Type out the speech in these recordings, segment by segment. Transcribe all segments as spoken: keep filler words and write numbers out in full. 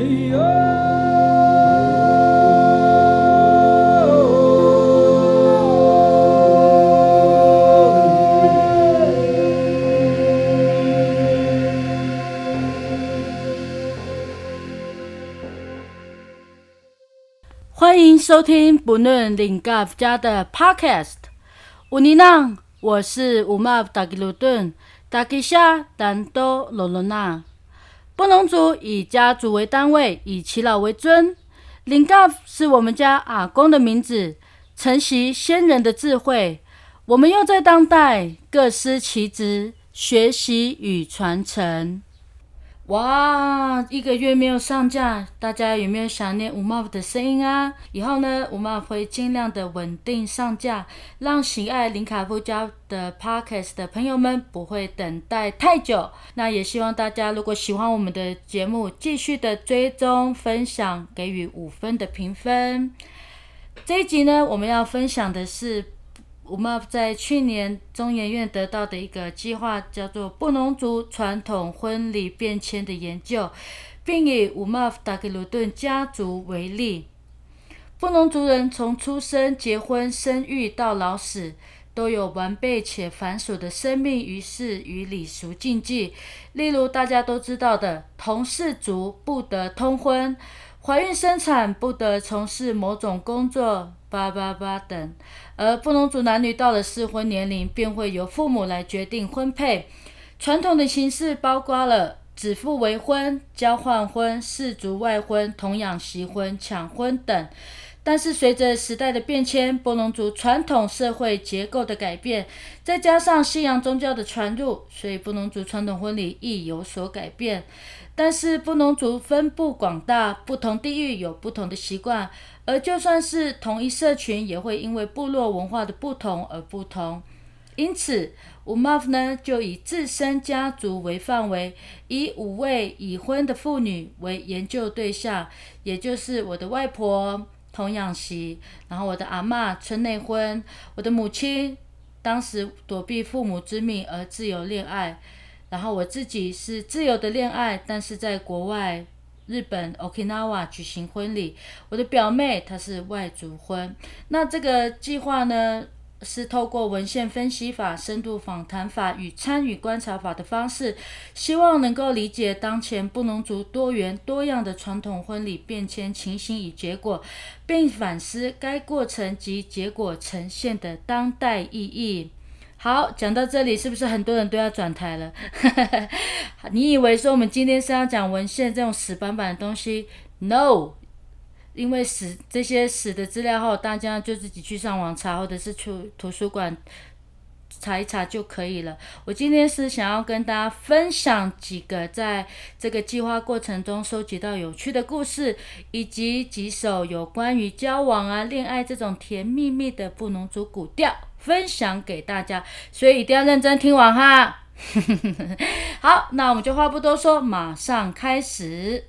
欢迎收听不论林嘎夫家的 Podcast。乌尼浪，我是乌马达吉鲁顿，达吉夏丹多罗罗纳。布农族以家族为单位，以耆老为尊。林嘎夫是我们家阿公的名字，承袭先人的智慧。我们又在当代各司其职，学习与传承。哇，一个月没有上架，大家有没有想念五毛的声音啊？以后呢，五毛会尽量的稳定上架，让喜爱林卡夫家的 Podcast 的朋友们不会等待太久。那也希望大家如果喜欢我们的节目，继续的追踪、分享，给予五分的评分。这一集呢，我们要分享的是我们在去年中研院得到的一个计划，叫做布农族传统婚礼变迁的研究，并以乌马夫达吉鲁顿家族为例。布农族人从出生、结婚、生育到老死，都有完备且繁琐的生命仪式与礼俗禁忌。例如大家都知道的，同氏族不得通婚，怀孕生产不得从事某种工作，叭叭叭等。而布农族男女到了适婚年龄，便会由父母来决定婚配。传统的形式包括了指腹为婚、交换婚、氏族外婚、童养媳婚、抢婚等。但是随着时代的变迁，布农族传统社会结构的改变，再加上西洋宗教的传入，所以布农族传统婚礼亦有所改变。但是布农族分布广大，不同地域有不同的习惯，而就算是同一社群，也会因为部落文化的不同而不同。因此乌马夫呢，就以自身家族为范围，以五位已婚的妇女为研究对象，也就是我的外婆童养媳，然后我的阿嬷村内婚，我的母亲当时躲避父母之命而自由恋爱，然后我自己是自由的恋爱，但是在国外日本 Okinawa 举行婚礼。我的表妹她是外族婚。那这个计划呢，是透过文献分析法、深度访谈法与参与观察法的方式，希望能够理解当前布农族多元多样的传统婚礼变迁情形与结果，并反思该过程及结果呈现的当代意义。好，讲到这里，是不是很多人都要转台了？你以为说我们今天是要讲文献这种死板板的东西 ？No， 因为死这些死的资料后，大家就自己去上网查，或者是去图书馆查一查就可以了。我今天是想要跟大家分享几个在这个计划过程中收集到有趣的故事，以及几首有关于交往啊、恋爱这种甜蜜蜜的布农族古调，分享给大家，所以一定要认真听完哈。好，那我们就话不多说，马上开始。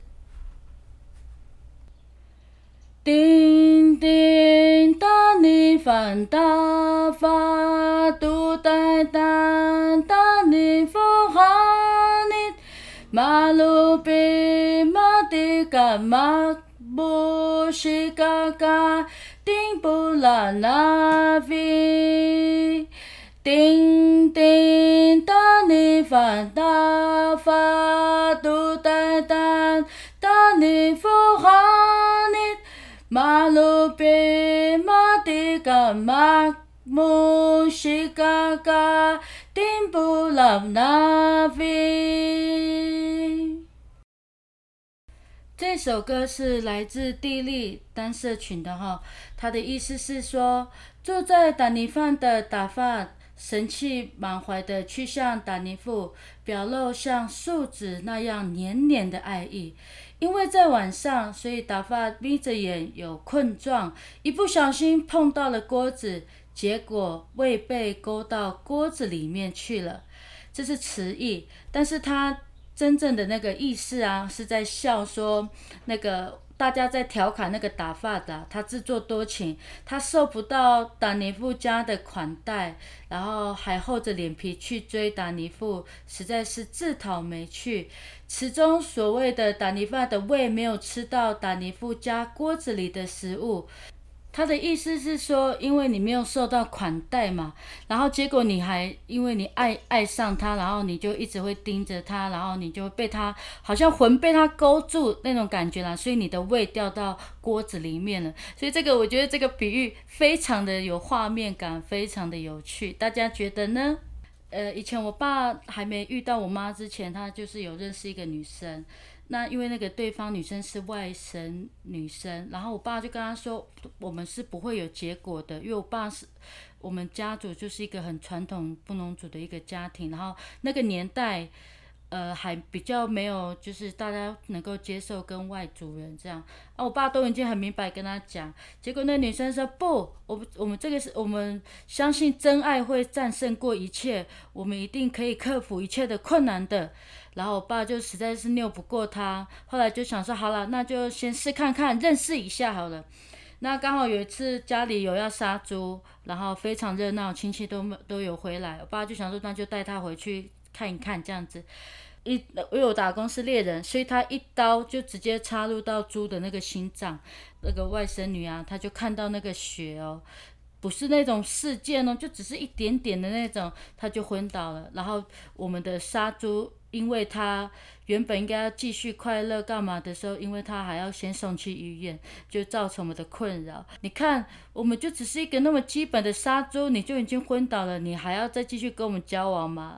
叮叮哒尼凡达法杜代丹哒尼佛哈尼马路比马迪嘎马布西嘎嘎丁布拉那维叮叮哒尼凡达法杜代丹哒尼佛哈尼马路比马迪嘎马木西嘎嘎丁布拉那维。这首歌是来自地利单社群的哈，它的意思是说，住在达尼范的达法神气满怀的去向达尼夫表露像树脂那样黏黏的爱意。因为在晚上，所以达法眯着眼有困状，一不小心碰到了锅子，结果胃被勾到锅子里面去了。这是词义，但是他真正的那个意思啊，是在笑说那个大家在调侃那个打发的，他自作多情，他受不到达尼夫家的款待，然后还厚着脸皮去追达尼夫，实在是自讨没趣。其中所谓的达尼发的胃没有吃到达尼夫家锅子里的食物，他的意思是说，因为你没有受到款待嘛，然后结果你还因为你爱爱上他，然后你就一直会盯着他，然后你就被他好像魂被他勾住那种感觉啦，所以你的胃掉到锅子里面了。所以这个我觉得这个比喻非常的有画面感，非常的有趣，大家觉得呢？呃，以前我爸还没遇到我妈之前，他就是有认识一个女生。那因为那个对方女生是外省女生，然后我爸就跟他说，我们是不会有结果的，因为我爸是我们家族就是一个很传统布农族的一个家庭，然后那个年代。呃，还比较没有，就是大家能够接受跟外族人这样啊，我爸都已经很明白跟他讲，结果那女生说不，我我们这个是我们相信真爱会战胜过一切，我们一定可以克服一切的困难的。然后我爸就实在是拗不过他，后来就想说好了，那就先试看看，认识一下好了。那刚好有一次家里有要杀猪，然后非常热闹，亲戚都都有回来，我爸就想说那就带他回去看一看这样子。一因为我打工是猎人，所以他一刀就直接插入到猪的那个心脏。那个外甥女啊，她就看到那个血哦，不是那种事件哦，就只是一点点的那种，她就昏倒了。然后我们的杀猪，因为他原本应该要继续快乐干嘛的时候，因为他还要先送去医院，就造成我们的困扰。你看，我们就只是一个那么基本的杀猪，你就已经昏倒了，你还要再继续跟我们交往吗？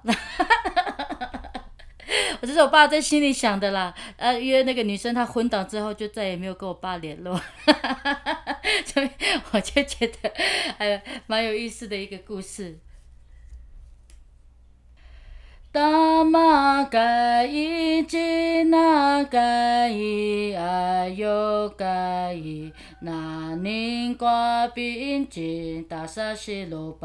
我这是我爸在心里想的啦，呃，因为那个女生她昏倒之后就再也没有跟我爸联络，所以我就觉得还蛮有意思的一个故事。Tama kai china kai ayo kai nanin kwa pin chin tasa shilo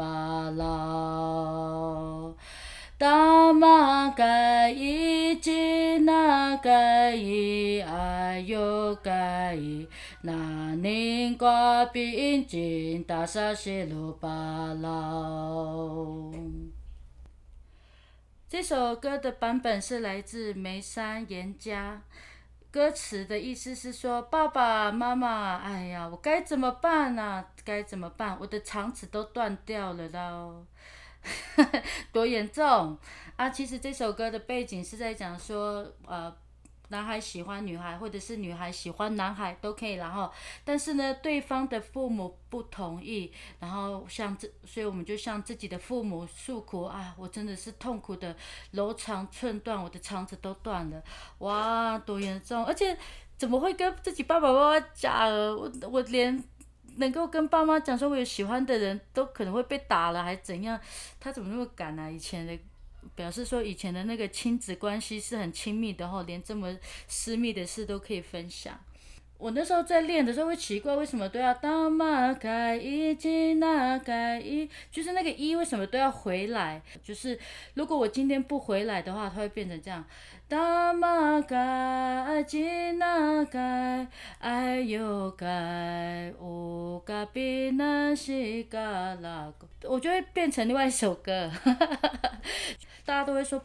palao. Tama kai china kai ayo kai nanin kwa pin chin tasa shilo palao。这首歌的版本是来自梅山严家，歌词的意思是说，爸爸妈妈，哎呀，我该怎么办啊？该怎么办？我的肠子都断掉了咯。多严重啊！其实这首歌的背景是在讲说，呃，男孩喜欢女孩，或者是女孩喜欢男孩都可以，然后，但是呢，对方的父母不同意，然后向这，所以我们就向自己的父母诉苦啊，我真的是痛苦的柔肠寸断，我的肠子都断了，哇，多严重！而且怎么会跟自己爸爸妈妈讲？我我连。能够跟爸妈讲说我有喜欢的人都可能会被打了，还怎样？他怎么那么敢啊？以前的表示说以前的那个亲子关系是很亲密的吼，连这么私密的事都可以分享。我那时候在练的时候会奇怪，为什么都要当马盖一吉那盖一，就是那个一为什么都要回来？就是如果我今天不回来的话，它会变成这样。当马盖吉那盖哎呦盖乌嘎比那西嘎拉，我就会变成另外一首歌。大家都会说